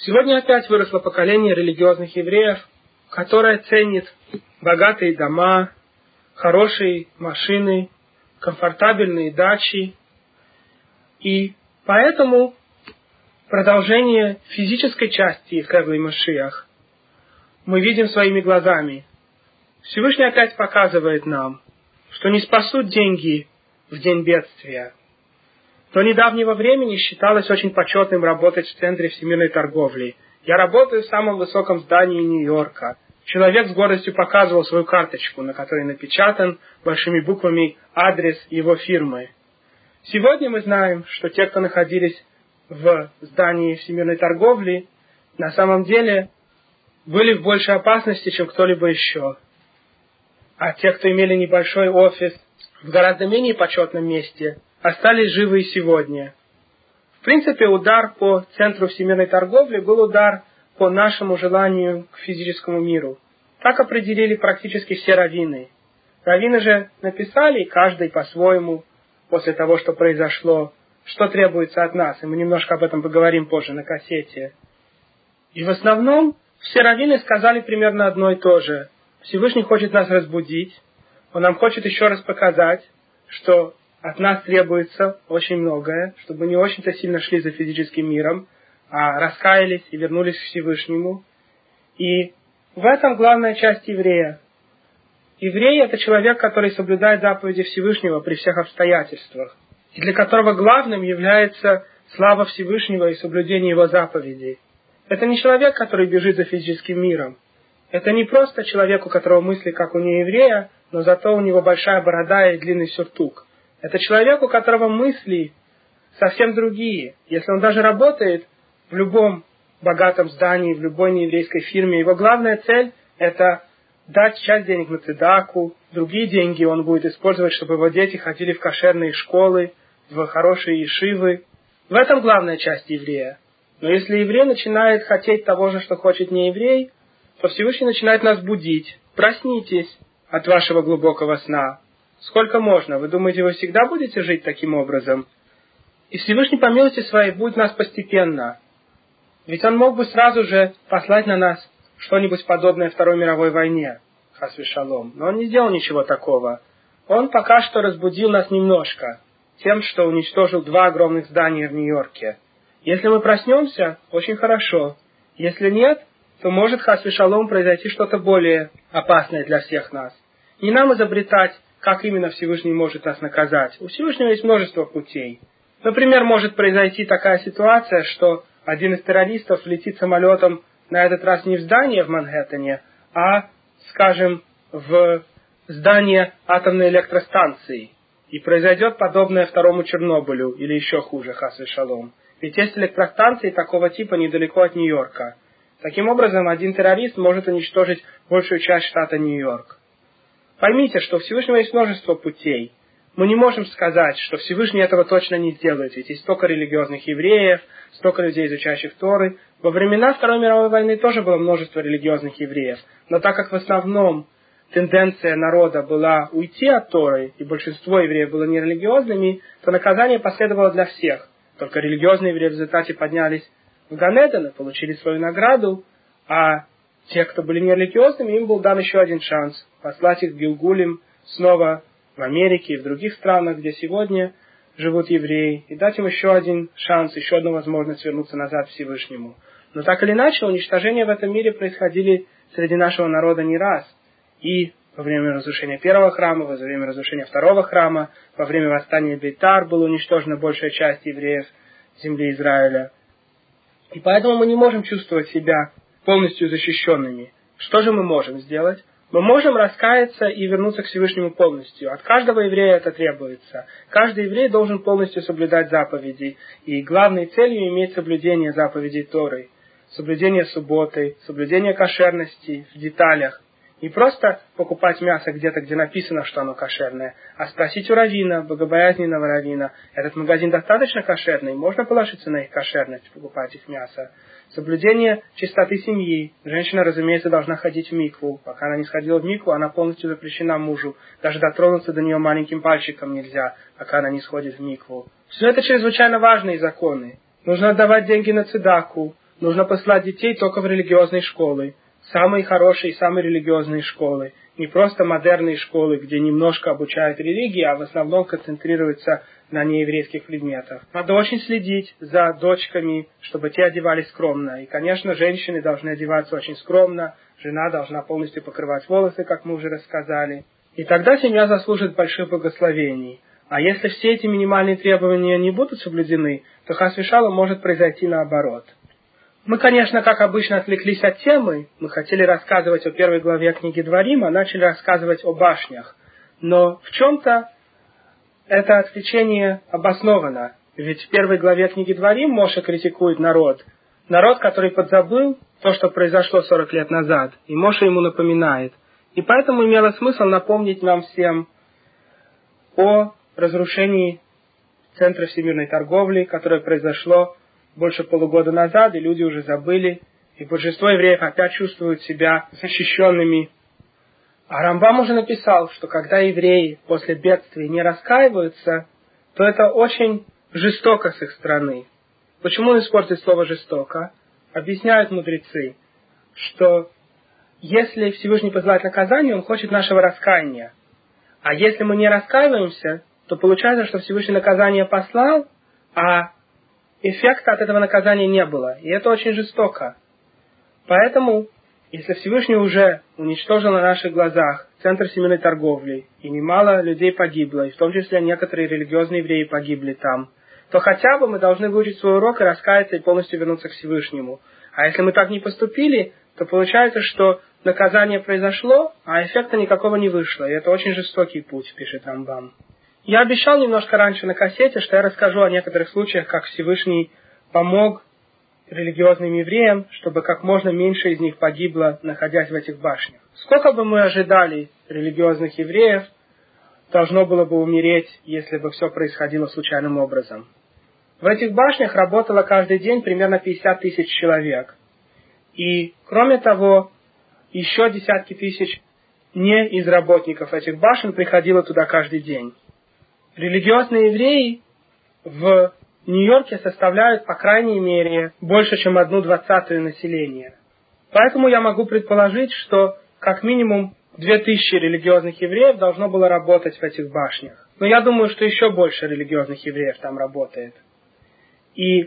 Сегодня опять выросло поколение религиозных евреев, которое ценит богатые дома, хорошие машины, комфортабельные дачи. И поэтому продолжение физической части Хевлей Машиах мы видим своими глазами. Всевышний опять показывает нам, что не спасут деньги в день бедствия. До недавнего времени считалось очень почетным работать в Центре всемирной торговли. Я работаю в самом высоком здании Нью-Йорка. Человек с гордостью показывал свою карточку, на которой напечатан большими буквами адрес его фирмы. Сегодня мы знаем, что те, кто находились в здании всемирной торговли, на самом деле были в большей опасности, чем кто-либо еще. А те, кто имели небольшой офис в гораздо менее почетном месте, остались живы и сегодня. В принципе, удар по Центру всемирной торговли был удар по нашему желанию к физическому миру. Так определили практически все раввины. Раввины же написали, каждый по-своему, после того, что произошло, что требуется от нас. И мы немножко об этом поговорим позже на кассете. И в основном все раввины сказали примерно одно и то же. Всевышний хочет нас разбудить. Он нам хочет еще раз показать, что от нас требуется очень многое, чтобы мы не очень-то сильно шли за физическим миром, а раскаялись и вернулись к Всевышнему. И в этом главная часть еврея. Еврей – это человек, который соблюдает заповеди Всевышнего при всех обстоятельствах, и для которого главным является слава Всевышнего и соблюдение его заповедей. Это не человек, который бежит за физическим миром. Это не просто человек, у которого мысли, как у нееврея, но зато у него большая борода и длинный сюртук. Это человек, у которого мысли совсем другие. Если он даже работает в любом богатом здании, в любой нееврейской фирме, его главная цель – это дать часть денег на цедаку, другие деньги он будет использовать, чтобы его дети ходили в кошерные школы, в хорошие ешивы. В этом главная часть еврея. Но если еврей начинает хотеть того же, что хочет нееврей, то Всевышний начинает нас будить. Проснитесь от вашего глубокого сна. Сколько можно? Вы думаете, вы всегда будете жить таким образом? И Всевышний по милости своей будет нас постепенно. Ведь он мог бы сразу же послать на нас что-нибудь подобное Второй мировой войне, хас вешалом. Но он не сделал ничего такого. Он пока что разбудил нас немножко, тем, что уничтожил 2 огромных здания в Нью-Йорке. Если мы проснемся, очень хорошо. Если нет, то может хас вешалом произойти что-то более опасное для всех нас. Не нам изобретать, как именно Всевышний может нас наказать. У Всевышнего есть множество путей. Например, может произойти такая ситуация, что один из террористов летит самолетом на этот раз не в здание в Манхэттене, а, скажем, в здание атомной электростанции. И произойдет подобное второму Чернобылю, или еще хуже, хас вешалом. Ведь есть электростанции такого типа недалеко от Нью-Йорка. Таким образом, один террорист может уничтожить большую часть штата Нью-Йорк. Поймите, что у Всевышнего есть множество путей. Мы не можем сказать, что Всевышний этого точно не сделает, ведь есть столько религиозных евреев, столько людей, изучающих Торы. Во времена Второй мировой войны тоже было множество религиозных евреев, но так как в основном тенденция народа была уйти от Торы, и большинство евреев было нерелигиозными, то наказание последовало для всех. Только религиозные евреи в результате поднялись в Ганеден и получили свою награду, а те, кто были нерелигиозными, им был дан еще один шанс послать их в Гилгулим снова в Америке и в других странах, где сегодня живут евреи, и дать им еще один шанс, еще одну возможность вернуться назад к Всевышнему. Но так или иначе, уничтожения в этом мире происходили среди нашего народа не раз. И во время разрушения первого храма, во время разрушения второго храма, во время восстания Бейтар была уничтожена большая часть евреев земли Израиля. И поэтому мы не можем чувствовать себя полностью защищенными. Что же мы можем сделать? Мы можем раскаяться и вернуться к Всевышнему полностью. От каждого еврея это требуется. Каждый еврей должен полностью соблюдать заповеди. И главной целью иметь соблюдение заповедей Торы. Соблюдение субботы, соблюдение кошерности в деталях. Не просто покупать мясо где-то, где написано, что оно кошерное, а спросить у раввина, богобоязненного раввина, этот магазин достаточно кошерный, можно положиться на их кошерность, покупать их мясо. Соблюдение чистоты семьи. Женщина, разумеется, должна ходить в микву. Пока она не сходила в микву, она полностью запрещена мужу. Даже дотронуться до нее маленьким пальчиком нельзя, пока она не сходит в микву. Все это чрезвычайно важные законы. Нужно отдавать деньги на цедаку. нужно посылать детей только в религиозные школы, самые хорошие и самые религиозные школы, не просто модерные школы, где немножко обучают религии, а в основном концентрируются на нееврейских предметах. Надо очень следить за дочками, чтобы те одевались скромно. И, конечно, женщины должны одеваться очень скромно, жена должна полностью покрывать волосы, как мы уже рассказали. И тогда семья заслужит больших благословений. А если все эти минимальные требования не будут соблюдены, то хас вешалом может произойти наоборот. Мы, конечно, как обычно, отвлеклись от темы. Мы хотели рассказывать о первой главе книги Дворим, а начали рассказывать о башнях. Но в чем-то это отвлечение обосновано. Ведь в первой главе книги Дворим Моше критикует народ. Народ, который подзабыл то, что произошло 40 лет назад. И Моше ему напоминает. И поэтому имело смысл напомнить нам всем о разрушении Центра всемирной торговли, которое произошло больше полугода назад, и люди уже забыли, и большинство евреев опять чувствуют себя защищенными. А Рамбам уже написал, что когда евреи после бедствия не раскаиваются, то это очень жестоко с их стороны. Почему он использует слово «жестоко»? Объясняют мудрецы, что если Всевышний посылает наказание, он хочет нашего раскаяния. А если мы не раскаиваемся, то получается, что Всевышний наказание послал, а эффекта от этого наказания не было. И это очень жестоко. Поэтому, если Всевышний уже уничтожил на наших глазах Центр всемирной торговли, и немало людей погибло, и в том числе некоторые религиозные евреи погибли там, то хотя бы мы должны выучить свой урок и раскаяться и полностью вернуться к Всевышнему. А если мы так не поступили, то получается, что наказание произошло, а эффекта никакого не вышло. И это очень жестокий путь, пишет Рамбам. Я обещал немножко раньше на кассете, что я расскажу о некоторых случаях, как Всевышний помог религиозным евреям, чтобы как можно меньше из них погибло, находясь в этих башнях. Сколько бы мы ожидали религиозных евреев, должно было бы умереть, если бы все происходило случайным образом. В этих башнях работало каждый день примерно 50 тысяч человек. И, кроме того, еще десятки тысяч не из работников этих башен приходило туда каждый день. Религиозные евреи в Нью-Йорке составляют, по крайней мере, больше, чем 1/20 населения. Поэтому я могу предположить, что как минимум 2000 религиозных евреев должно было работать в этих башнях. Но я думаю, что еще больше религиозных евреев там работает. И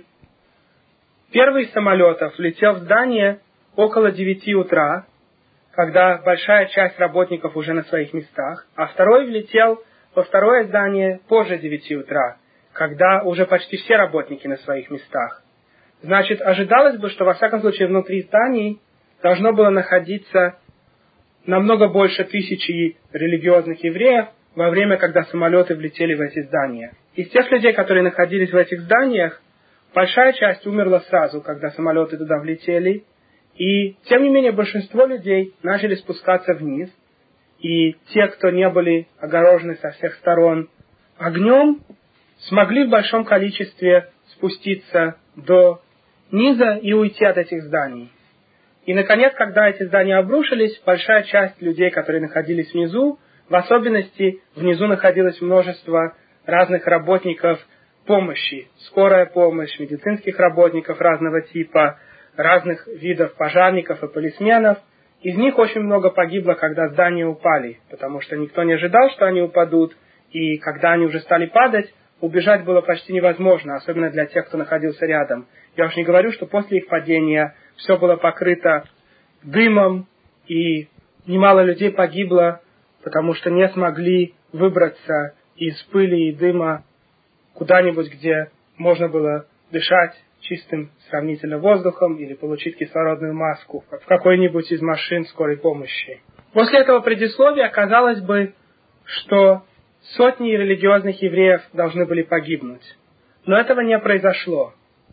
первый из самолетов летел в здание около 9 утра, когда большая часть работников уже на своих местах, а второй влетел во второе здание позже 9 утра, когда уже почти все работники на своих местах. Значит, ожидалось бы, что во всяком случае внутри зданий должно было находиться намного больше 1000 религиозных евреев во время, когда самолеты влетели в эти здания. Из тех людей, которые находились в этих зданиях, большая часть умерла сразу, когда самолеты туда влетели, и тем не менее большинство людей начали спускаться вниз, и те, кто не были огорожены со всех сторон огнем, смогли в большом количестве спуститься до низа и уйти от этих зданий. И, наконец, когда эти здания обрушились, большая часть людей, которые находились внизу, в особенности внизу находилось множество разных работников помощи, скорая помощь, медицинских работников разного типа, разных видов пожарников и полисменов. Из них очень много погибло, когда здания упали, потому что никто не ожидал, что они упадут, и когда они уже стали падать, убежать было почти невозможно, особенно для тех, кто находился рядом. Я уж не говорю, что после их падения все было покрыто дымом, и немало людей погибло, потому что не смогли выбраться из пыли и дыма куда-нибудь, где можно было дышать чистым сравнительно воздухом или получить кислородную маску в какой-нибудь из машин скорой помощи. После этого предисловия казалось бы, что сотни религиозных евреев должны были погибнуть. Но этого не произошло.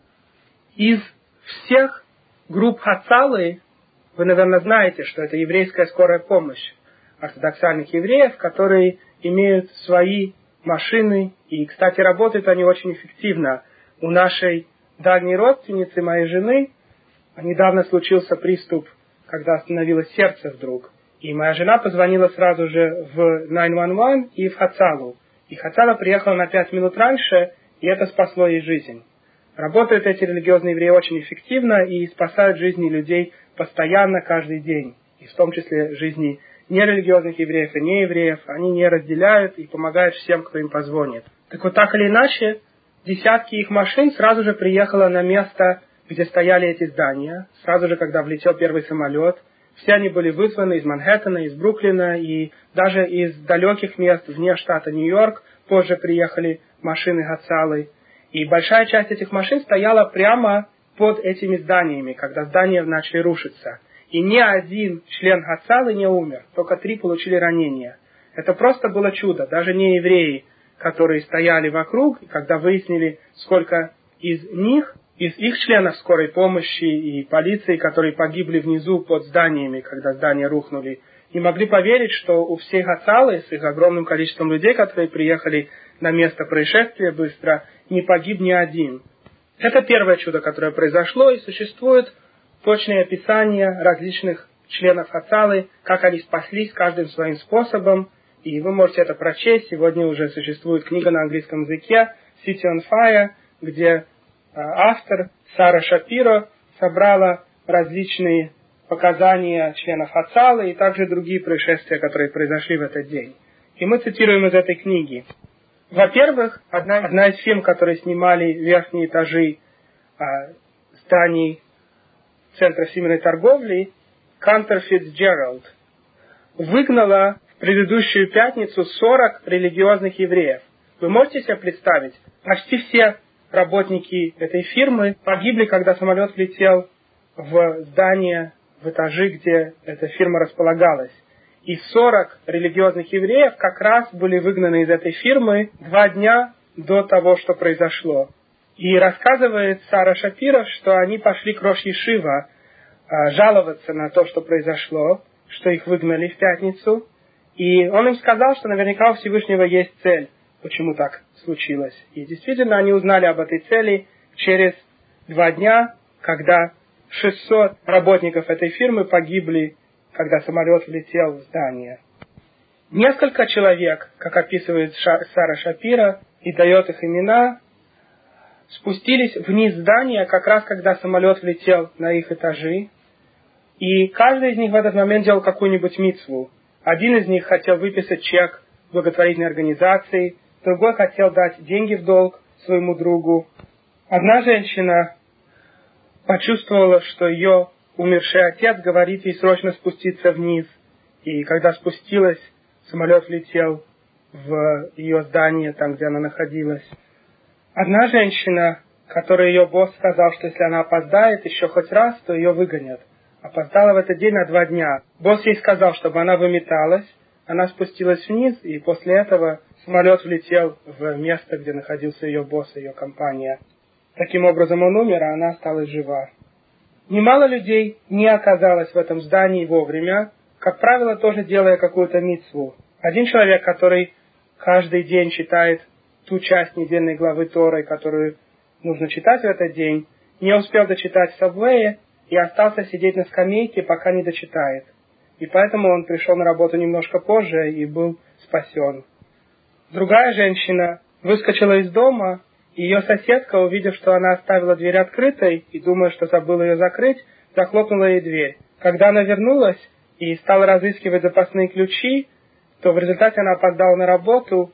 Из всех групп Хацалы, вы, наверное, знаете, что это еврейская скорая помощь ортодоксальных евреев, которые имеют свои машины, и, кстати, работают они очень эффективно. У нашей дальней родственницы, моей жены, недавно случился приступ, когда остановилось сердце вдруг. И моя жена позвонила сразу же в 911 и в Хацалу. И Хацала приехала на 5 минут раньше, и это спасло ей жизнь. Работают эти религиозные евреи очень эффективно и спасают жизни людей постоянно, каждый день. И в том числе жизни нерелигиозных евреев и неевреев. Они не разделяют и помогают всем, кто им позвонит. Так вот, так или иначе, десятки их машин сразу же приехало на место, где стояли эти здания. Сразу же, когда влетел первый самолет. Все они были вызваны из Манхэттена, из Бруклина и даже из далеких мест вне штата Нью-Йорк. Позже приехали машины Гацалы. И большая часть этих машин стояла прямо под этими зданиями, когда здания начали рушиться. И ни один член Гацалы не умер, только 3 получили ранения. Это просто было чудо. Даже не евреи, которые стояли вокруг, и когда выяснили, сколько из них, из их членов скорой помощи и полиции, которые погибли внизу под зданиями, когда здания рухнули, не могли поверить, что у всей Гацалы, с их огромным количеством людей, которые приехали на место происшествия быстро, не погиб ни один. Это первое чудо, которое произошло, и существует точное описание различных членов Гацалы, как они спаслись каждым своим способом, и вы можете это прочесть. Сегодня уже существует книга на английском языке «City on Fire», где автор Сара Шапиро собрала различные показания членов Гацалы и также другие происшествия, которые произошли в этот день. И мы цитируем из этой книги. Во-первых, одна из фирм, которые снимали верхние этажи зданий Центра всемирной торговли, Cantor Fitzgerald, выгнала в предыдущую пятницу 40 религиозных евреев. Вы можете себе представить? Почти все работники этой фирмы погибли, когда самолет летел в здание, в этажи, где эта фирма располагалась. И 40 религиозных евреев как раз были выгнаны из этой фирмы 2 дня до того, что произошло. И рассказывает Сара Шапиро, что они пошли к Рош Ешива жаловаться на то, что произошло, что их выгнали в пятницу. И он им сказал, что наверняка у Всевышнего есть цель, почему так случилось. И действительно, они узнали об этой цели через 2 дня, когда 600 работников этой фирмы погибли, когда самолет влетел в здание. Несколько человек, как описывает Сара Шапиро и дает их имена, спустились вниз здания, как раз когда самолет влетел на их этажи. И каждый из них в этот момент делал какую-нибудь мицву. Один из них хотел выписать чек благотворительной организации, другой хотел дать деньги в долг своему другу. Одна женщина почувствовала, что ее умерший отец говорит ей срочно спуститься вниз. И когда спустилась, самолет влетел в ее здание, там, где она находилась. Одна женщина, которой ее босс сказал, что если она опоздает еще хоть раз, то ее выгонят, опоздала в этот день на 2 дня. Босс ей сказал, чтобы она выметалась, она спустилась вниз, и после этого самолет влетел в место, где находился ее босс и ее компания. Таким образом он умер, а она осталась жива. Немало людей не оказалось в этом здании вовремя, как правило, тоже делая какую-то мицву. Один человек, который каждый день читает ту часть недельной главы Торы, которую нужно читать в этот день, не успел дочитать в сабвее и остался сидеть на скамейке, пока не дочитает. И поэтому он пришел на работу немножко позже и был спасен. Другая женщина выскочила из дома, и ее соседка, увидев, что она оставила дверь открытой и думая, что забыла ее закрыть, захлопнула ей дверь. Когда она вернулась и стала разыскивать запасные ключи, то в результате она опоздала на работу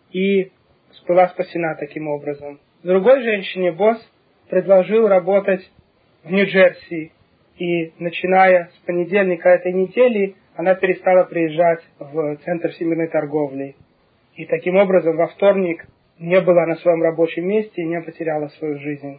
и была спасена таким образом. Другой женщине босс предложил работать в Нью-Джерси, и начиная с понедельника этой недели она перестала приезжать в Центр всемирной торговли. И таким образом во вторник не была на своем рабочем месте и не потеряла свою жизнь.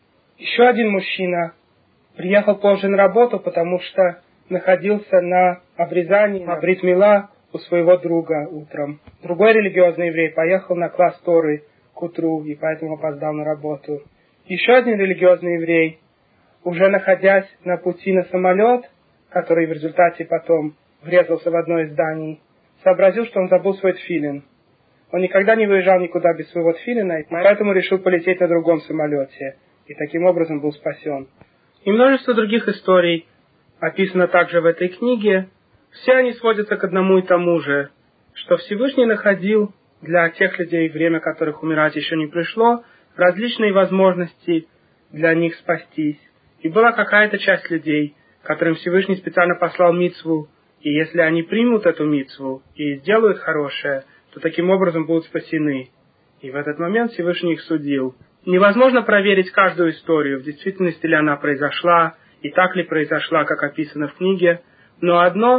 Еще один мужчина приехал позже на работу, потому что находился на обрезании, на брит мила у своего друга утром. Другой религиозный еврей поехал на класс Торы к утру и поэтому опоздал на работу. Еще один религиозный еврей, уже находясь на пути на самолет, который в результате потом врезался в одно из зданий, сообразил, что он забыл свой тфилин. Он никогда не выезжал никуда без своего тфилина, и поэтому решил полететь на другом самолете, и таким образом был спасен. И множество других историй описано также в этой книге. Все они сводятся к одному и тому же, что Всевышний находил для тех людей, время которых умирать еще не пришло, различные возможности для них спастись. И была какая-то часть людей, которым Всевышний специально послал мицву, и если они примут эту мицву и сделают хорошее, то таким образом будут спасены. И в этот момент Всевышний их судил. Невозможно проверить каждую историю, в действительности ли она произошла, и так ли произошла, как описано в книге, но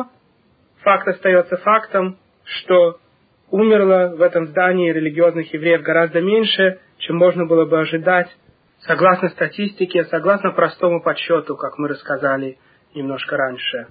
факт остается фактом, что умерло в этом здании религиозных евреев гораздо меньше, чем можно было бы ожидать, согласно статистике, согласно простому подсчету, как мы рассказали немножко раньше.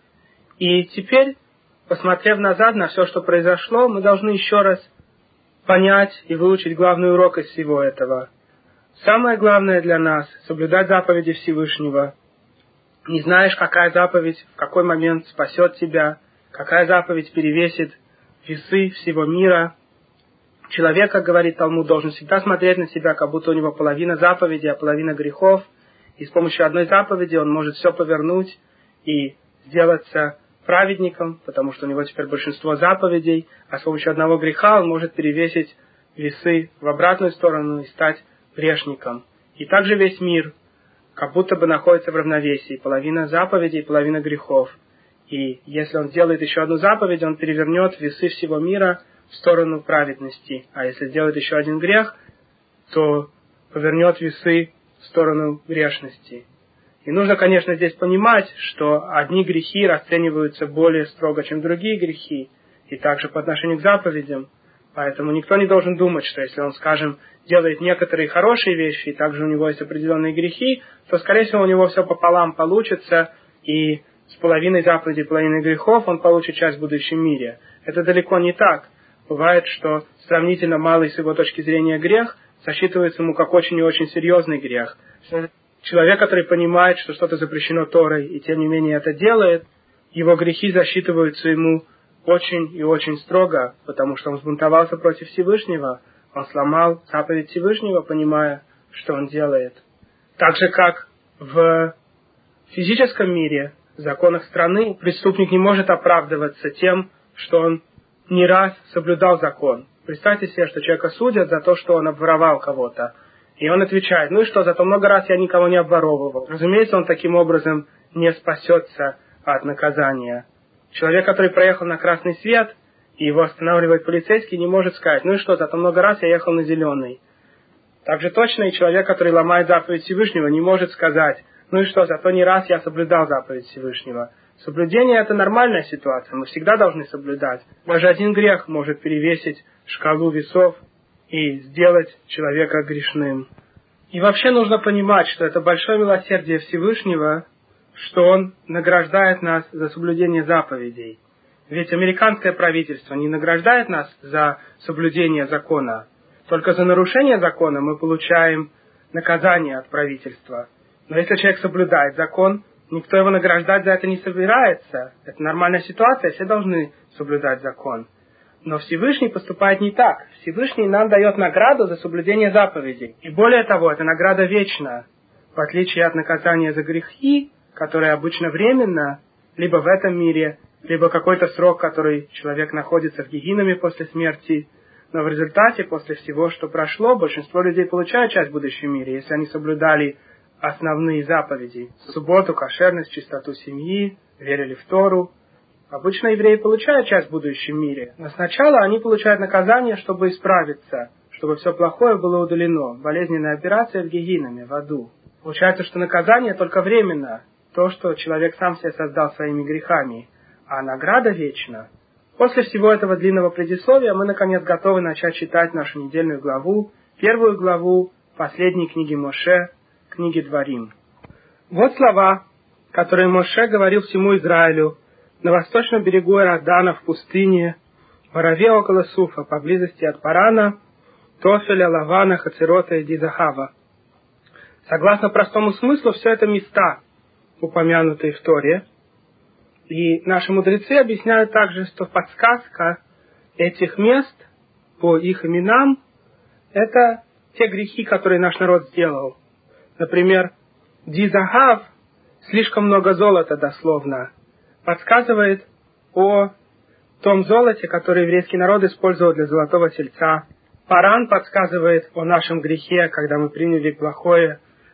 И теперь, посмотрев назад на все, что произошло, мы должны еще раз понять и выучить главный урок из всего этого. Самое главное для нас – соблюдать заповеди Всевышнего. Не знаешь, какая заповедь в какой момент спасет тебя, какая заповедь перевесит весы всего мира. Человек, как говорит Талмуд, должен всегда смотреть на себя, как будто у него половина заповедей, а половина грехов. И с помощью одной заповеди он может все повернуть и сделаться праведником, потому что у него теперь большинство заповедей, а с помощью одного греха он может перевесить весы в обратную сторону и стать грешником. И также весь мир как будто бы находится в равновесии. Половина заповедей, половина грехов. И если он сделает еще одну заповедь, он перевернет весы всего мира в сторону праведности. А если сделает еще один грех, то повернет весы в сторону грешности. И нужно, конечно, здесь понимать, что одни грехи расцениваются более строго, чем другие грехи, и также по отношению к заповедям. Поэтому никто не должен думать, что если он, скажем, делает некоторые хорошие вещи, и также у него есть определенные грехи, то, скорее всего, у него все пополам получится, и с половиной заповедей, половиной грехов он получит часть в будущем мире. Это далеко не так. Бывает, что сравнительно малый с его точки зрения грех засчитывается ему как очень и очень серьезный грех. Человек, который понимает, что что-то запрещено Торой, и тем не менее это делает, его грехи засчитываются ему очень и очень строго, потому что он взбунтовался против Всевышнего, он сломал заповедь Всевышнего, понимая, что он делает. Так же, как в физическом мире, в законах страны, преступник не может оправдываться тем, что он не раз соблюдал закон. Представьте себе, что человека судят за то, что он обворовал кого-то. И он отвечает: ну и что, зато много раз я никого не обворовывал. Разумеется, он таким образом не спасется от наказания. Человек, который проехал на красный свет, и его останавливает полицейский, не может сказать: ну и что, зато много раз я ехал на зеленый. Так же точно и человек, который ломает заповедь Всевышнего, не может сказать: ну и что, зато не раз я соблюдал заповедь Всевышнего. Соблюдение – это нормальная ситуация, мы всегда должны соблюдать. Даже один грех может перевесить шкалу весов и сделать человека грешным. И вообще нужно понимать, что это большое милосердие Всевышнего, что Он награждает нас за соблюдение заповедей. Ведь американское правительство не награждает нас за соблюдение закона. Только за нарушение закона мы получаем наказание от правительства. Но если человек соблюдает закон, никто его награждать за это не собирается. Это нормальная ситуация, все должны соблюдать закон. Но Всевышний поступает не так. Всевышний нам дает награду за соблюдение заповедей. И более того, эта награда вечна. В отличие от наказания за грехи, которое обычно временно, либо в этом мире, либо какой-то срок, который человек находится в геhinnoме после смерти. Но в результате, после всего, что прошло, большинство людей получают часть в будущем мире, если они соблюдали основные заповеди. Субботу, кошерность, чистоту семьи, верили в Тору. Обычно евреи получают часть в будущем мире, но сначала они получают наказание, чтобы исправиться, чтобы все плохое было удалено. Болезненная операция в геhinноме, в аду. Получается, что наказание только временно, то, что человек сам себе создал своими грехами, а награда вечна. После всего этого длинного предисловия мы, наконец, готовы начать читать нашу недельную главу, первую главу последней книги Моше, книги Дворим. Вот слова, которые Моше говорил всему Израилю на восточном берегу Иордана в пустыне, в Араве около Суфа, поблизости от Парана, Тофеля, Лавана, Хацерота и Дизахава. Согласно простому смыслу, все это места, упомянутые в Торе. И наши мудрецы объясняют также, что подсказка этих мест по их именам – это те грехи, которые наш народ сделал. Например, Дизахав, слишком много золота дословно, подсказывает о том золоте, которое еврейский народ использовал для золотого тельца. Паран подсказывает о нашем грехе, когда мы приняли плохое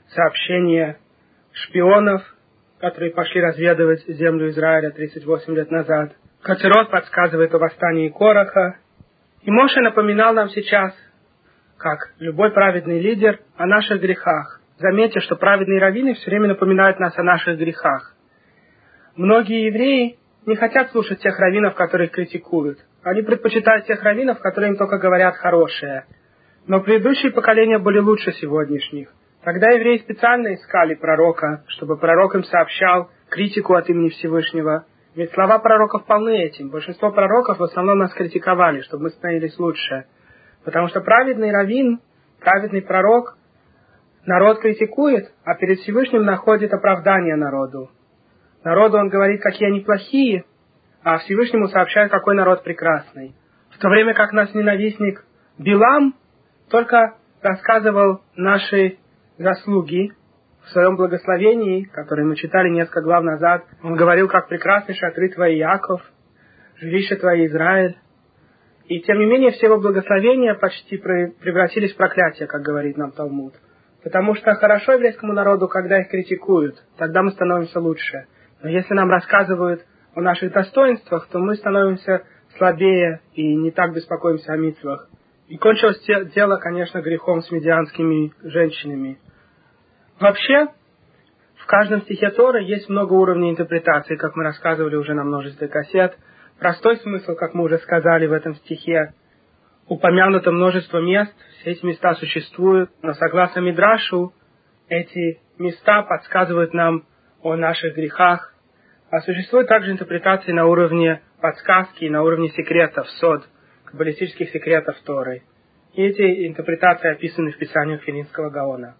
сообщения шпионов, которые пошли разведывать землю Израиля 38 лет назад. Кацерот подсказывает о восстании Кораха. И Моше напоминал нам сейчас, как любой праведный лидер, о наших грехах. Заметьте, что праведные раввины все время напоминают нас о наших грехах. Многие евреи не хотят слушать тех раввинов, которые их критикуют. Они предпочитают тех раввинов, которые им только говорят хорошее. Но предыдущие поколения были лучше сегодняшних. Тогда евреи специально искали пророка, чтобы пророк им сообщал критику от имени Всевышнего. Ведь слова пророков полны этим. Большинство пророков в основном нас критиковали, чтобы мы становились лучше. Потому что праведный раввин, праведный пророк, народ критикует, а перед Всевышним находит оправдание народу. Народу он говорит, какие они плохие, а Всевышнему сообщает, какой народ прекрасный. В то время как наш ненавистник Билам только рассказывал наши заслуги в своем благословении, которое мы читали несколько глав назад. Он говорил, как прекрасны шатры твои, Яков, жилище твои, Израиль. И тем не менее все его благословения почти превратились в проклятие, как говорит нам Талмуд. Потому что хорошо еврейскому народу, когда их критикуют, тогда мы становимся лучше. Но если нам рассказывают о наших достоинствах, то мы становимся слабее и не так беспокоимся о мицвах. И кончилось дело, конечно, грехом с медианскими женщинами. Вообще, в каждом стихе Торы есть много уровней интерпретации, как мы рассказывали уже на множестве кассет. Простой смысл, как мы уже сказали в этом стихе, упомянуто множество мест, все эти места существуют, но согласно Мидрашу, эти места подсказывают нам о наших грехах. А существуют также интерпретации на уровне подсказки, на уровне секретов, сод, каббалистических секретов Торы. И эти интерпретации описаны в Писании Филинского Гаона.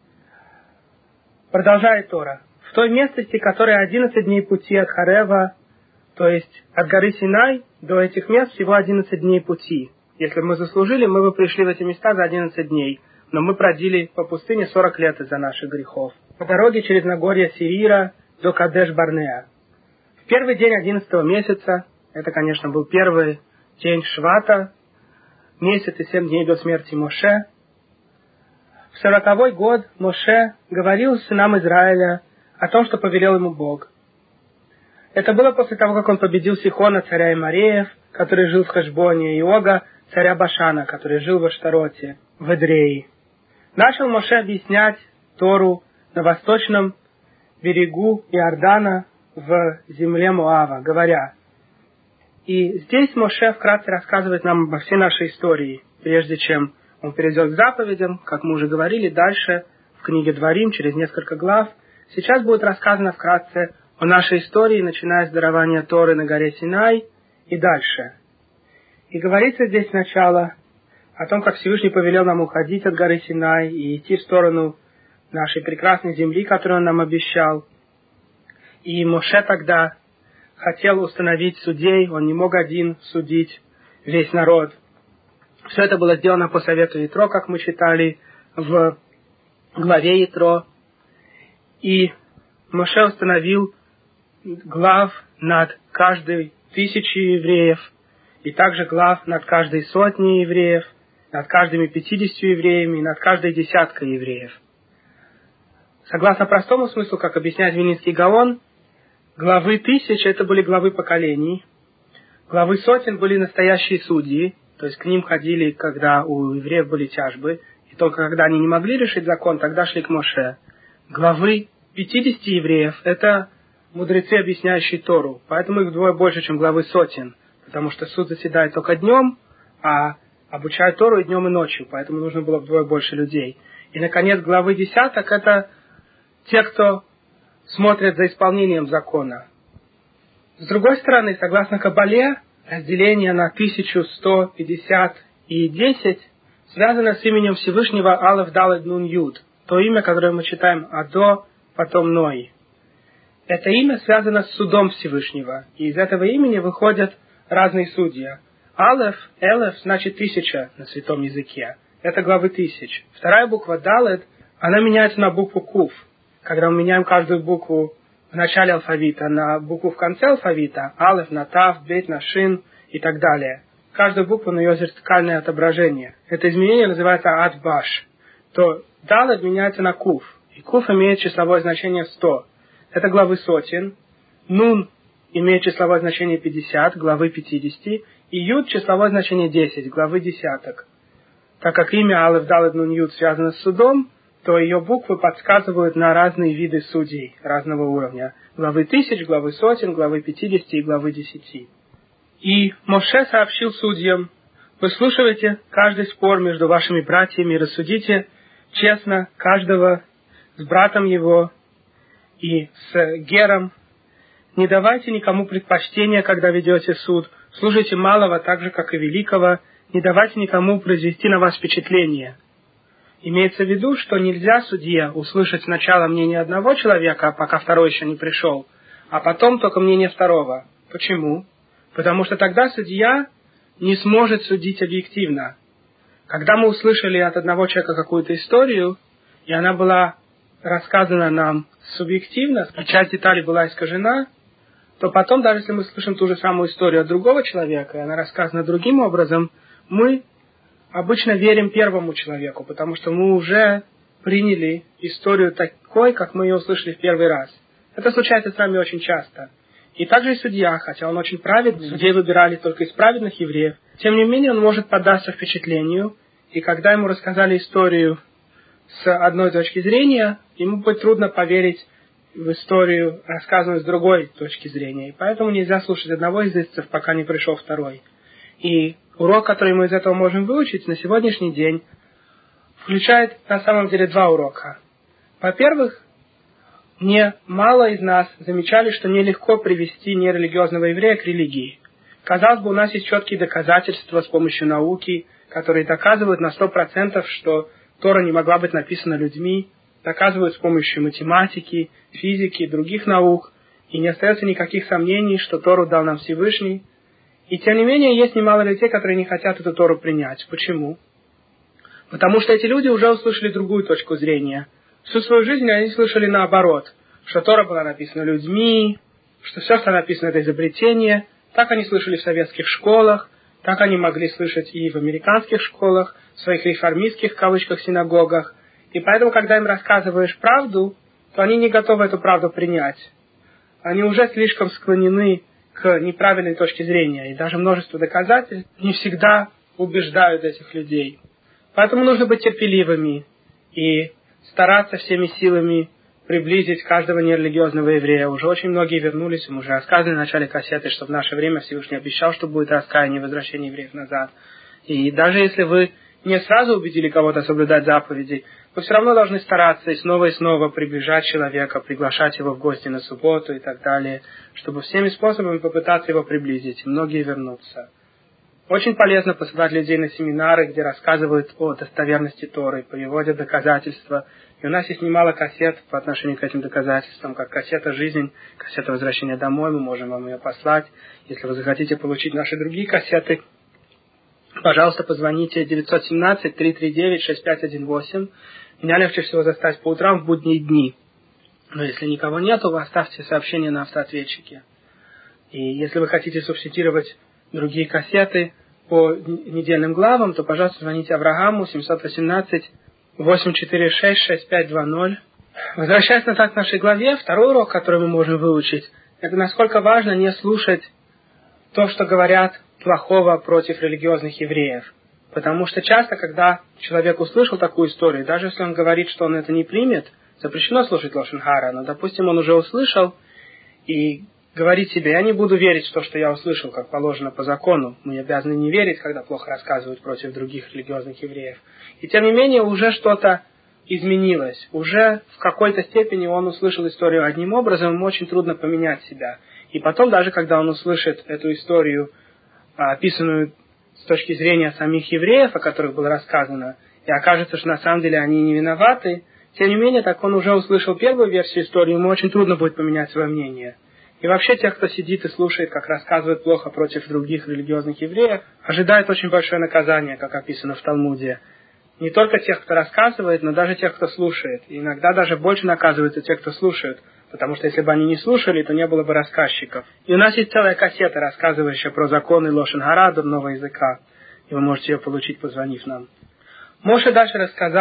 Продолжает Тора. В той местности, которая 11 дней пути от Харева, то есть от горы Синай, до этих мест всего 11 дней пути. Если бы мы заслужили, мы бы пришли в эти места за 11 дней. Но мы бродили по пустыне 40 лет из-за наших грехов. По дороге через Нагорье Сеира до Кадеш-Барнеа. В первый день 11 месяца, это, конечно, был первый день Швата, месяц и 7 дней до смерти Моше, в 40-й год Моше говорил сынам Израиля о том, что повелел ему Бог. Это было после того, как он победил Сихона, царя Эмореев, который жил в Хешбоне, и Ога, царя Башана, который жил в Аштароте, в Эдрее. Начал Моше объяснять Тору на восточном берегу Иордана в земле Моава, говоря. И здесь Моше вкратце рассказывает нам обо всей нашей истории, прежде чем он перейдет к заповедям, как мы уже говорили, дальше в книге Дворим, через несколько глав. Сейчас будет рассказано вкратце о нашей истории, начиная с дарования Торы на горе Синай и дальше. И говорится здесь сначала о том, как Всевышний повелел нам уходить от горы Синай и идти в сторону нашей прекрасной земли, которую он нам обещал. И Моше тогда хотел установить судей, он не мог один судить весь народ. Все это было сделано по совету Итро, как мы читали в главе Итро. И Моше установил глав над каждой 1000 евреев, и также глав над каждой 100 евреев, над каждыми 50 евреями, и над каждой 10 евреев. Согласно простому смыслу, как объясняет Вилинский Гаон, главы 1000 это были главы поколений, главы сотен были настоящие судьи, то есть к ним ходили, когда у евреев были тяжбы, и только когда они не могли решить закон, тогда шли к Моше. Главы 50 евреев – это мудрецы, объясняющие Тору, поэтому их вдвое больше, чем главы сотен, потому что суд заседает только днем, а обучают Тору и днем, и ночью, поэтому нужно было вдвое больше людей. И, наконец, главы десяток – это те, кто смотрят за исполнением закона. С другой стороны, согласно Кабале, разделение на 1000, 100, 50 и 10 связано с именем Всевышнего Алеф Далед Нун Юд, то имя, которое мы читаем Адо, потом Ной. Это имя связано с судом Всевышнего, и из этого имени выходят разные судьи. Алеф, Элеф значит 1000 на святом языке. Это главы 1000. Вторая буква Далед, она меняется на букву Куф. Когда мы меняем каждую букву в начале алфавита на букву в конце алфавита, Алеф на Тав, Бет на Шин и так далее. Каждая буква на ее вертикальное отображение. Это изменение называется Адбаш. То Далед меняется на Куф. И Куф имеет числовое значение 100. Это главы сотен. Нун имеет числовое значение 50, главы 50. И Юд числовое значение 10, главы десяток. Так как имя Алеф Далед Нун Юд связано с судом, то ее буквы подсказывают на разные виды судей разного уровня. Главы 1000, главы сотен, главы 50 и главы 10. И Моше сообщил судьям: выслушивайте каждый спор между вашими братьями и рассудите честно каждого с братом его и с гером. Не давайте никому предпочтения, когда ведете суд. Слушайте малого так же, как и великого. Не давайте никому произвести на вас впечатление. Имеется в виду, что нельзя судье услышать сначала мнение одного человека, пока второй еще не пришел, а потом только мнение второго. Почему? Потому что тогда судья не сможет судить объективно. Когда мы услышали от одного человека какую-то историю, и она была рассказана нам субъективно, и часть деталей была искажена, то потом, даже если мы слышим ту же самую историю от другого человека, и она рассказана другим образом, мы обычно верим первому человеку, потому что мы уже приняли историю такой, как мы ее услышали в первый раз. Это случается с нами очень часто. И также и судья, хотя он очень праведный, судей выбирали только из праведных евреев, тем не менее он может поддаться впечатлению, и когда ему рассказали историю с одной точки зрения, ему будет трудно поверить в историю, рассказанную с другой точки зрения. И поэтому нельзя слушать одного из истцев, пока не пришел второй. И урок, который мы из этого можем выучить на сегодняшний день, включает на самом деле два урока. Во-первых, мало из нас замечали, что нелегко привести нерелигиозного еврея к религии. Казалось бы, у нас есть четкие доказательства с помощью науки, которые доказывают на 100%, что Тора не могла быть написана людьми, доказывают с помощью математики, физики и других наук, и не остается никаких сомнений, что Тору дал нам Всевышний. И тем не менее, есть немало людей, которые не хотят эту Тору принять. Почему? Потому что эти люди уже услышали другую точку зрения. Всю свою жизнь они слышали наоборот, что Тора была написана людьми, что все, что написано, это изобретение. Так они слышали в советских школах, так они могли слышать и в американских школах, в своих реформистских, в кавычках, синагогах. И поэтому, когда им рассказываешь правду, то они не готовы эту правду принять. Они уже слишком склонены к неправильной точке зрения. И даже множество доказательств не всегда убеждают этих людей. Поэтому нужно быть терпеливыми и стараться всеми силами приблизить каждого нерелигиозного еврея. Уже очень многие вернулись, мы уже рассказывали в начале кассеты, что в наше время Всевышний обещал, что будет раскаяние и возвращение евреев назад. И даже если вы не сразу убедили кого-то соблюдать заповеди, вы все равно должны стараться и снова приближать человека, приглашать его в гости на субботу и так далее, чтобы всеми способами попытаться его приблизить, и многие вернутся. Очень полезно посылать людей на семинары, где рассказывают о достоверности Торы, приводят доказательства. И у нас есть немало кассет по отношению к этим доказательствам, как кассета «Жизнь», кассета «Возвращение домой», мы можем вам ее послать. Если вы захотите получить наши другие кассеты, пожалуйста, позвоните 917-339-6518. Меня легче всего застать по утрам в будние дни. Но если никого нет, вы оставьте сообщение на автоответчике. И если вы хотите субсидировать другие кассеты по недельным главам, то, пожалуйста, звоните Аврааму 718-846-6520. Возвращаясь назад к нашей главе, второй урок, который мы можем выучить, это насколько важно не слушать то, что говорят плохого против религиозных евреев. Потому что часто, когда человек услышал такую историю, даже если он говорит, что он это не примет, запрещено слушать лошен хара, но, допустим, он уже услышал и говорит себе: я не буду верить в то, что я услышал, как положено по закону. Мы обязаны не верить, когда плохо рассказывают против других религиозных евреев. И тем не менее, уже что-то изменилось. Уже в какой-то степени он услышал историю одним образом, ему очень трудно поменять себя. И потом, даже когда он услышит эту историю, описанную с точки зрения самих евреев, о которых было рассказано, и окажется, что на самом деле они не виноваты, тем не менее, так он уже услышал первую версию истории, ему очень трудно будет поменять свое мнение. И вообще тех, кто сидит и слушает, как рассказывают плохо против других религиозных евреев, ожидает очень большое наказание, как описано в Талмуде. Не только тех, кто рассказывает, но даже тех, кто слушает. И иногда даже больше наказываются те, кто слушают, потому что если бы они не слушали, то не было бы рассказчиков. И у нас есть целая кассета, рассказывающая про законы лошен хара, дурного языка. И вы можете ее получить, позвонив нам. Моше дальше рассказал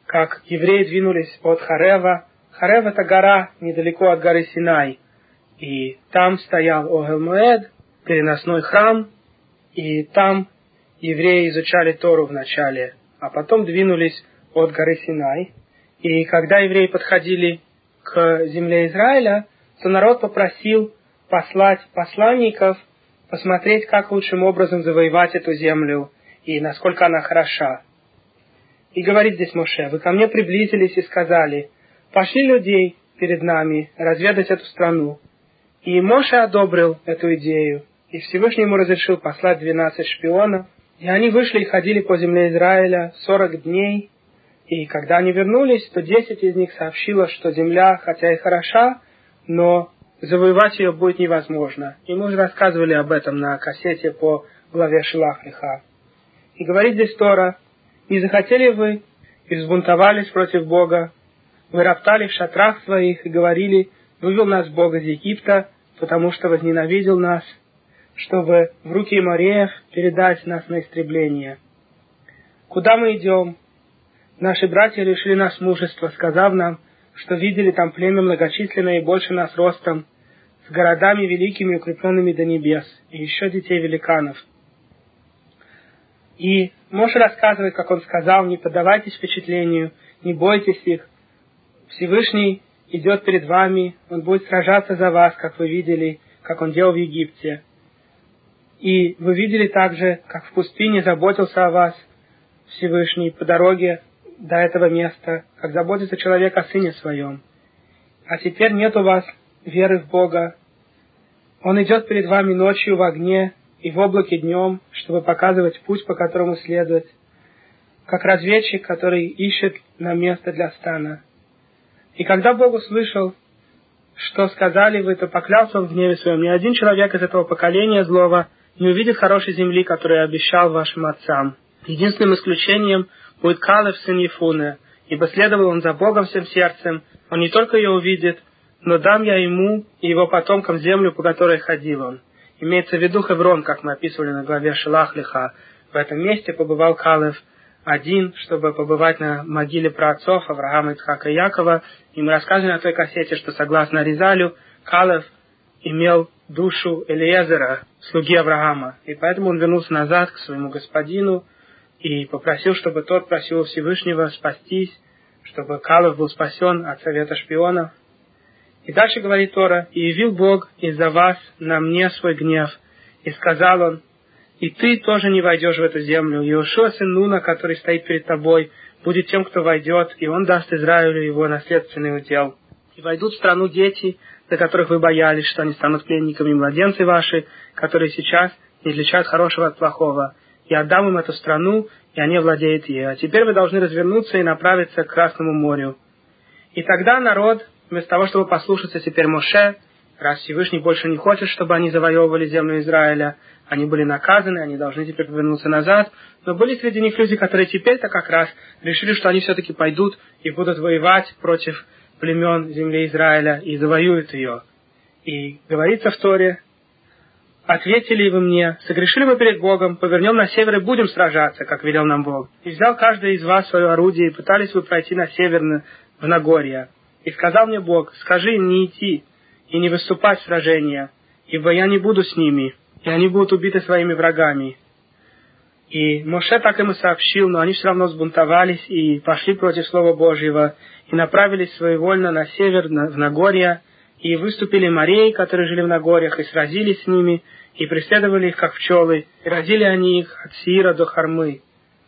как евреи двинулись от Харева. Харев — это гора недалеко от горы Синай. И там стоял Огел Моэд, переносной храм, и там евреи изучали Тору вначале, а потом двинулись от горы Синай. И когда евреи подходили к земле Израиля, то народ попросил послать посланников, посмотреть, как лучшим образом завоевать эту землю и насколько она хороша. И говорит здесь Моше: вы ко мне приблизились и сказали: пошли людей перед нами разведать эту страну. И Моше одобрил эту идею, и Всевышний ему разрешил послать 12 шпионов. И они вышли и ходили по земле Израиля 40 дней. И когда они вернулись, то 10 из них сообщило, что земля, хотя и хороша, но завоевать ее будет невозможно. И мы уже рассказывали об этом на кассете по главе Шелах Леха. И говорит здесь Тора: не захотели вы и взбунтовались против Бога, вы роптали в шатрах своих и говорили: вывел нас Бог из Египта, потому что возненавидел нас, чтобы в руки мореев передать нас на истребление. Куда мы идем? Наши братья лишили нас мужества, сказав нам, что видели там племя многочисленное и больше нас ростом, с городами великими, укрепленными до небес, и еще детей великанов. И Моше рассказывает, как он сказал: не поддавайтесь впечатлению, не бойтесь их. Всевышний идет перед вами, он будет сражаться за вас, как вы видели, как он делал в Египте. И вы видели также, как в пустыне заботился о вас Всевышний по дороге до этого места, как заботится человек о сыне своем. А теперь нет у вас веры в Бога. Он идет перед вами ночью в огне и в облаке днем, чтобы показывать путь, по которому следовать, как разведчик, который ищет нам место для стана. И когда Бог услышал, что сказали вы, то поклялся он в гневе своем: ни один человек из этого поколения злого не увидит хорошей земли, которую я обещал вашим отцам. Единственным исключением будет Калев, сын Ефуне, ибо следовал он за Богом всем сердцем. Он не только ее увидит, но дам я ему и его потомкам землю, по которой ходил он. Имеется в виду Хеврон, как мы описывали на главе Шелах Леха. В этом месте побывал Калев один, чтобы побывать на могиле праотцов Авраама, Ицхака и Якова. И мы рассказывали на той кассете, что согласно Аризалю, Калев имел душу Элиезера, слуги Авраама. И поэтому он вернулся назад к своему господину и попросил, чтобы тот просил Всевышнего спастись, чтобы Калев был спасен от совета шпионов. И дальше говорит Тора: «И явил Бог из-за вас на мне свой гнев, и сказал он: и ты тоже не войдешь в эту землю. Иошуа, сын Нуна, который стоит перед тобой, будет тем, кто войдет, и он даст Израилю его наследственный удел. И войдут в страну дети, за которых вы боялись, что они станут пленниками, младенцы ваши, которые сейчас не отличают хорошего от плохого. Я отдам им эту страну, и они владеют ею. А теперь вы должны развернуться и направиться к Красному морю». И тогда народ, вместо того, чтобы послушаться теперь Моше, раз Всевышний больше не хочет, чтобы они завоевывали землю Израиля, они были наказаны, они должны теперь повернуться назад. Но были среди них люди, которые теперь-то как раз решили, что они все-таки пойдут и будут воевать против племен земли Израиля и завоюют ее. И говорится в Торе: «Ответили вы мне: согрешили мы перед Богом, повернем на север и будем сражаться, как велел нам Бог. И взял каждый из вас свое орудие, и пытались вы пройти на север в Нагорье. И сказал мне Бог: скажи им не идти и не выступать в сражение, ибо я не буду с ними, и они будут убиты своими врагами». И Моше так им и сообщил, но они все равно взбунтовались и пошли против Слова Божьего, и направились своевольно на север, в Нагорье, и выступили морей, которые жили в Нагорьях, и сразились с ними, и преследовали их, как пчелы, и разили они их от Сиира до Хармы.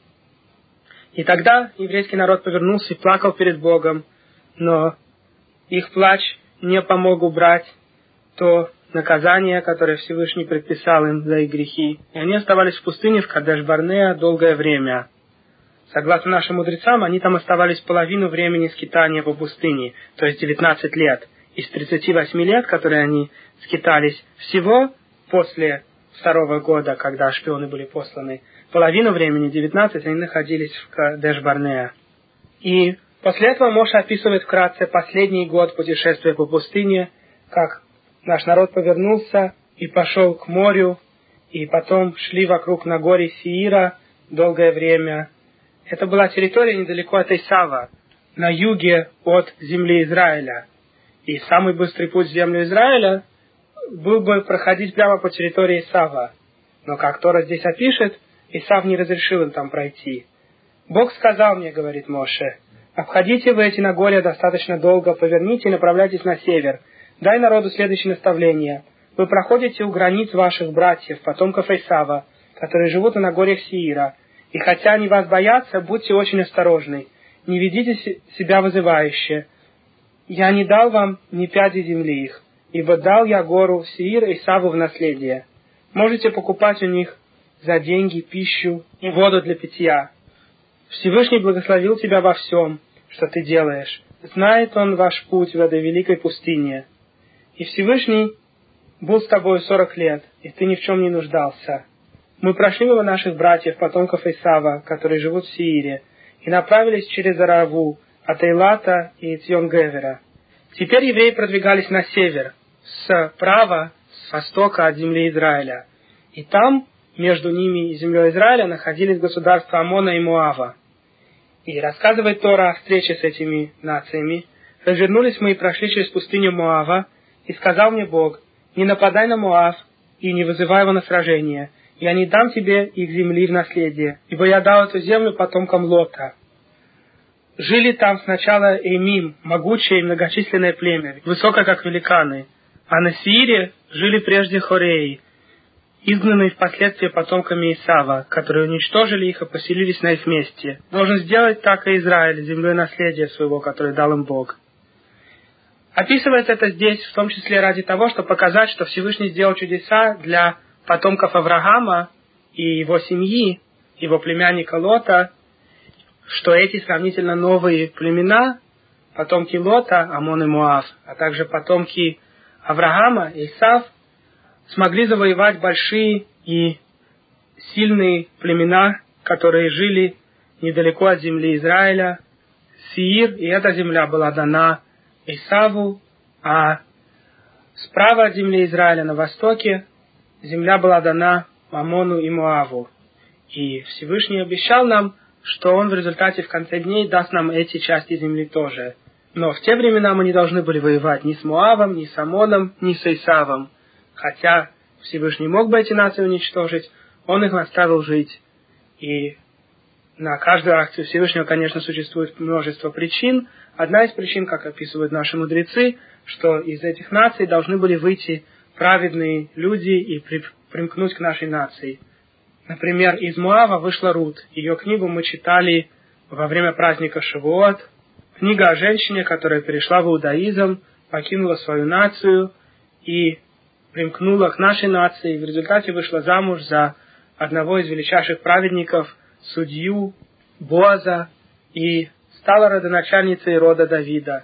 И тогда еврейский народ повернулся и плакал перед Богом, но их плач не помог убрать то наказание, которое Всевышний предписал им за их грехи. И они оставались в пустыне в Кадеш-Барнеа долгое время. Согласно нашим мудрецам, они там оставались половину времени скитания по пустыне, то есть 19 лет. Из 38 лет, которые они скитались, всего после 2-го года, когда шпионы были посланы, половину времени, 19, они находились в Кадеш-Барнеа. И после этого Моше описывает вкратце последний год путешествия по пустыне, как наш народ повернулся и пошел к морю, и потом шли вокруг Нагорья Сиира долгое время. Это была территория недалеко от Исава, на юге от земли Израиля. И самый быстрый путь в землю Израиля был бы проходить прямо по территории Исава. Но как Тора здесь опишет, Исав не разрешил им там пройти. Бог сказал мне, говорит Моше, обходите вы эти Нагорья достаточно долго, поверните и направляйтесь на север. Дай народу следующее наставление. Вы проходите у границ ваших братьев, потомков Исава, которые живут на Нагорьях Сеира. И хотя они вас боятся, будьте очень осторожны. Не ведите себя вызывающе. Я не дал вам ни пяди земли их, ибо дал я гору Сеир Исаву в наследие. Можете покупать у них за деньги пищу и воду для питья. Всевышний благословил тебя во всем, что ты делаешь. Знает он ваш путь в этой великой пустыне. И Всевышний был с тобой 40 лет, и ты ни в чем не нуждался. Мы прошли мимо наших братьев, потомков Исава, которые живут в Сеире, и направились через Араву, от Эйлата и Этьон-Гевера. Теперь евреи продвигались на север, справа, с востока от земли Израиля. И там, между ними и землей Израиля, находились государства Амона и Моава. И рассказывает Тора о встрече с этими нациями. Развернулись мы и прошли через пустыню Моава, и сказал мне Бог, не нападай на Моав и не вызывай его на сражение. Я не дам тебе их земли в наследие, ибо я дал эту землю потомкам Лота. Жили там сначала Эмим, могучее и многочисленное племя, высокое, как великаны. А на Сеире жили прежде Хореи, изгнанные впоследствии потомками Исава, которые уничтожили их и поселились на их месте. Должен сделать так и Израиль, землей наследия своего, которое дал им Бог. Описывается это здесь, в том числе ради того, чтобы показать, что Всевышний сделал чудеса для потомков Авраама и его семьи, его племянника Лота, что эти сравнительно новые племена, потомки Лота, Амон и Моав, а также потомки Авраама, Исав, смогли завоевать большие и сильные племена, которые жили недалеко от земли Израиля, Сеир, и эта земля была дана Исаву, а справа от земли Израиля на востоке земля была дана Амону и Моаву. И Всевышний обещал нам, что Он в результате в конце дней даст нам эти части земли тоже. Но в те времена мы не должны были воевать ни с Моавом, ни с Амоном, ни с Исавом. Хотя Всевышний мог бы эти нации уничтожить, Он их оставил жить. И на каждую акцию Всевышнего, конечно, существует множество причин. Одна из причин, как описывают наши мудрецы, что из этих наций должны были выйти праведные люди и примкнуть к нашей нации. Например, из Моава вышла Рут. Ее книгу мы читали во время праздника Шавуот. Книга о женщине, которая перешла в иудаизм, покинула свою нацию и примкнула к нашей нации. В результате вышла замуж за одного из величайших праведников, судью Боаза, и стала родоначальницей рода Давида.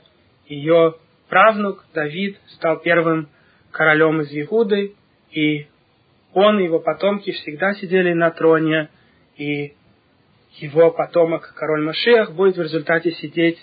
Ее правнук Давид стал первым королем из Иуды, и он и его потомки всегда сидели на троне, и его потомок, король Машиах, будет в результате сидеть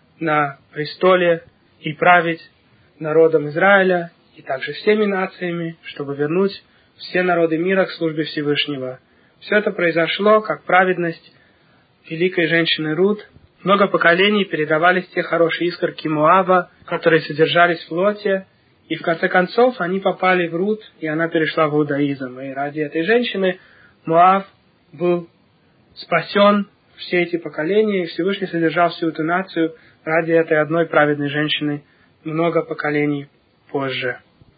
на престоле и править народом Израиля, и также всеми нациями, чтобы вернуть все народы мира к службе Всевышнего. Все это произошло, как праведность великой женщины Рут. Много поколений передавались те хорошие искорки Моава, которые содержались в Лоте, и в конце концов они попали в Рут, и она перешла в иудаизм. И ради этой женщины Моав был спасен все эти поколения, и Всевышний содержал всю эту нацию ради этой одной праведной женщины много поколений позже.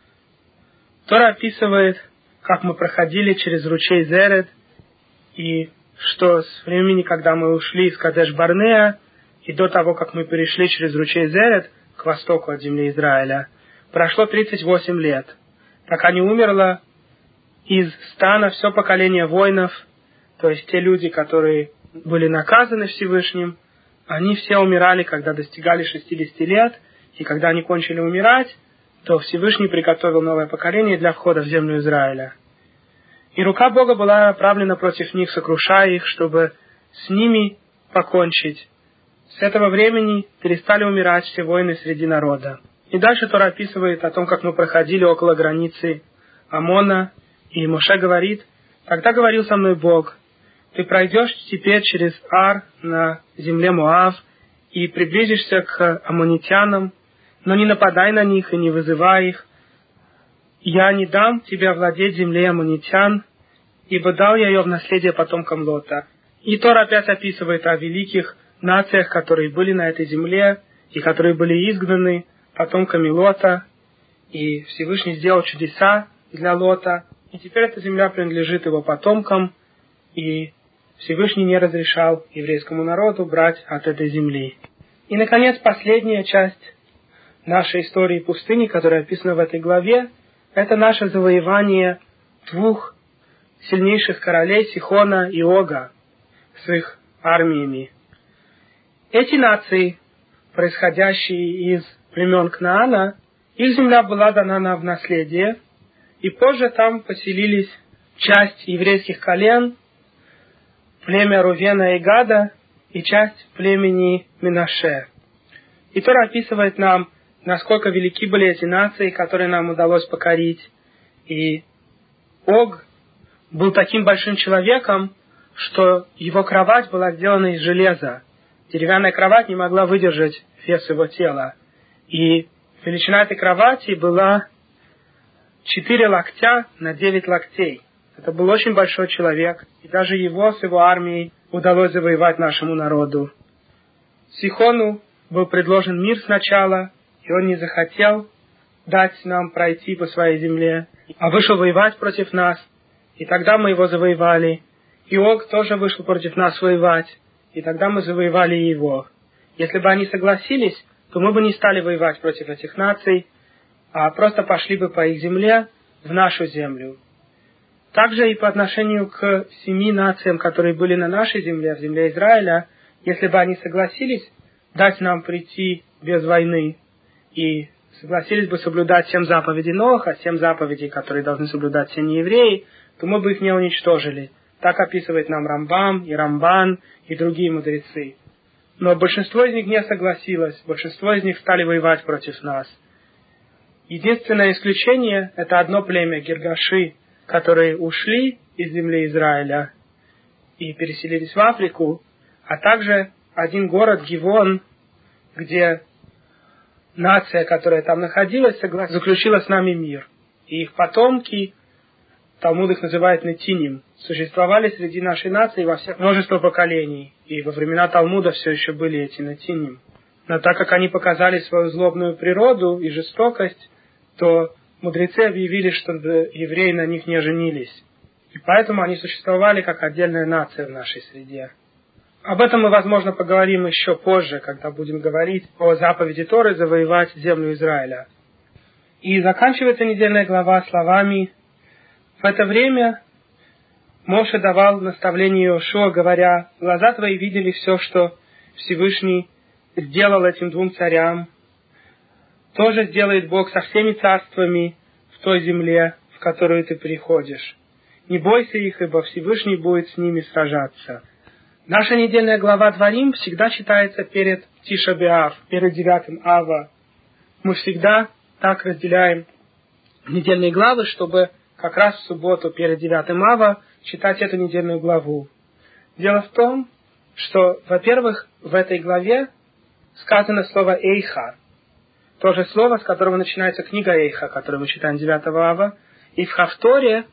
Тора описывает, как мы проходили через ручей Зеред, и что с времени, когда мы ушли из Кадеш-Барнеа, и до того, как мы перешли через ручей Зеред к востоку от земли Израиля, прошло 38 лет, пока не умерло из стана все поколение воинов, то есть те люди, которые были наказаны Всевышним, они все умирали, когда достигали 60 лет, и когда они кончили умирать, то Всевышний приготовил новое поколение для входа в землю Израиля. И рука Бога была направлена против них, сокрушая их, чтобы с ними покончить. С этого времени перестали умирать все воины среди народа. И дальше Тора описывает о том, как мы проходили около границы Амона, и Моше говорит: «Тогда говорил со мной Бог, ты пройдешь теперь через Ар на земле Моав и приблизишься к аммонитянам, но не нападай на них и не вызывай их. Я не дам тебе владеть землей аммонитян, ибо дал я ее в наследие потомкам Лота». И Тора опять описывает о великих нациях, которые были на этой земле и которые были изгнаны потомками Лота, и Всевышний сделал чудеса для Лота, и теперь эта земля принадлежит его потомкам, и Всевышний не разрешал еврейскому народу брать от этой земли. И, наконец, последняя часть нашей истории пустыни, которая описана в этой главе, это наше завоевание двух сильнейших королей Сихона и Ога с их армиями. Эти нации, происходящие из племен Кнаана, их земля была дана нам в наследие, и позже там поселились часть еврейских колен, племя Рувена и Гада и часть племени Менаше. И Тора описывает нам, насколько велики были эти нации, которые нам удалось покорить. И Ог был таким большим человеком, что его кровать была сделана из железа. Деревянная кровать не могла выдержать вес его тела. И величина этой кровати была 4 локтя на 9 локтей. Это был очень большой человек, и даже его с его армией удалось завоевать нашему народу. Сихону был предложен мир сначала, и он не захотел дать нам пройти по своей земле, а вышел воевать против нас, и тогда мы его завоевали. И Ог тоже вышел против нас воевать, и тогда мы завоевали его. Если бы они согласились, то мы бы не стали воевать против этих наций, а просто пошли бы по их земле в нашу землю. Также и по отношению к 7 нациям, которые были на нашей земле, в земле Израиля, если бы они согласились дать нам прийти без войны и согласились бы соблюдать 7 заповедей Ноаха, 7 заповедей, которые должны соблюдать все неевреи, то мы бы их не уничтожили. Так описывает нам Рамбам и Рамбан и другие мудрецы. Но большинство из них не согласилось, большинство из них стали воевать против нас. Единственное исключение – это одно племя, Гиргаши, которые ушли из земли Израиля и переселились в Африку, а также один город Гивон, где нация, которая там находилась, заключила с нами мир. И их потомки, Талмуд их называет Нетиним, существовали среди нашей нации во всех множество поколений. И во времена Талмуда все еще были эти Нетиним. Но так как они показали свою злобную природу и жестокость, то мудрецы объявили, что евреи на них не женились. И поэтому они существовали как отдельная нация в нашей среде. Об этом мы, возможно, поговорим еще позже, когда будем говорить о заповеди Торы завоевать землю Израиля. И заканчивается недельная глава словами: «В это время Моше давал наставление Иошуа, говоря: глаза твои видели все, что Всевышний сделал этим 2 царям. Тоже сделает Бог со всеми царствами в той земле, в которую ты приходишь. Не бойся их, ибо Всевышний будет с ними сражаться». Наша недельная глава Дворим всегда читается перед Тиша Б'Ав, перед 9 Ава. Мы всегда так разделяем недельные главы, чтобы как раз в субботу перед 9 Ава читать эту недельную главу. Дело в том, что, во-первых, в этой главе сказано слово «эйха», то же слово, с которого начинается книга Эйха, которую мы читаем 9 Ава, и в Хафторе,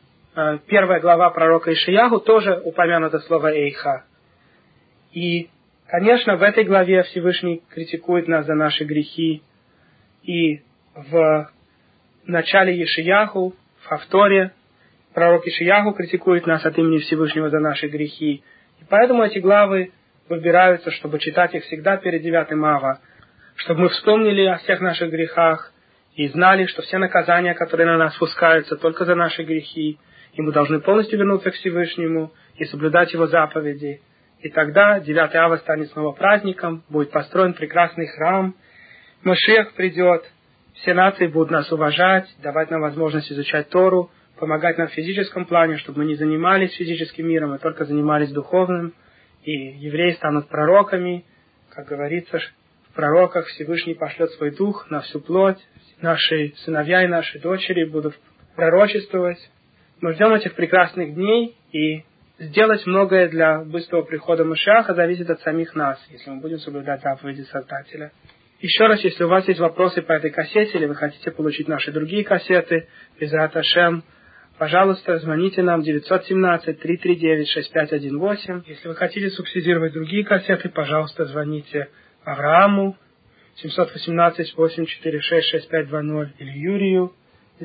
1 глава пророка Ишияху, тоже упомянуто слово «эйха». И, конечно, в этой главе Всевышний критикует нас за наши грехи, и в начале Ишияху, в Хафторе, пророк Ишияху критикует нас от имени Всевышнего за наши грехи. И поэтому эти главы выбираются, чтобы читать их всегда перед 9 Ава, чтобы мы вспомнили о всех наших грехах и знали, что все наказания, которые на нас спускаются, только за наши грехи, и мы должны полностью вернуться к Всевышнему и соблюдать Его заповеди. И тогда 9 Ава станет снова праздником, будет построен прекрасный храм, Машиах придет, все нации будут нас уважать, давать нам возможность изучать Тору, помогать нам в физическом плане, чтобы мы не занимались физическим миром, а только занимались духовным, и евреи станут пророками, как говорится, в пророках Всевышний пошлет свой дух на всю плоть, наши сыновья и наши дочери будут пророчествовать. Мы ждем этих прекрасных дней, и сделать многое для быстрого прихода Машиаха зависит от самих нас, если мы будем соблюдать заповеди Создателя. Еще раз, если у вас есть вопросы по этой кассете, или вы хотите получить наши другие кассеты, Безрат Ашем, пожалуйста, звоните нам 917-339-6518. Если вы хотите субсидировать другие кассеты, пожалуйста, звоните Аврааму 718-846-6520 или Юрию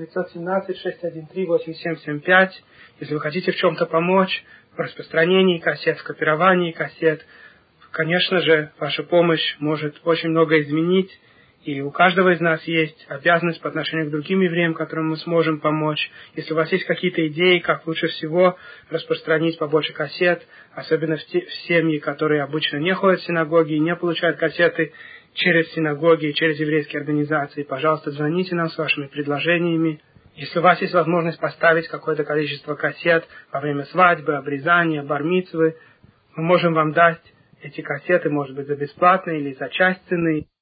917-613-8775. Если вы хотите в чем-то помочь, в распространении кассет, в копировании кассет, конечно же, ваша помощь может очень много изменить, и у каждого из нас есть обязанность по отношению к другим евреям, которым мы сможем помочь. Если у вас есть какие-то идеи, как лучше всего распространить побольше кассет, особенно в семьи, которые обычно не ходят в синагоги и не получают кассеты через синагоги, через еврейские организации, пожалуйста, звоните нам с вашими предложениями. Если у вас есть возможность поставить какое-то количество кассет во время свадьбы, обрезания, бар-мицвы, мы можем вам дать эти кассеты, может быть, за бесплатно или за часть цены.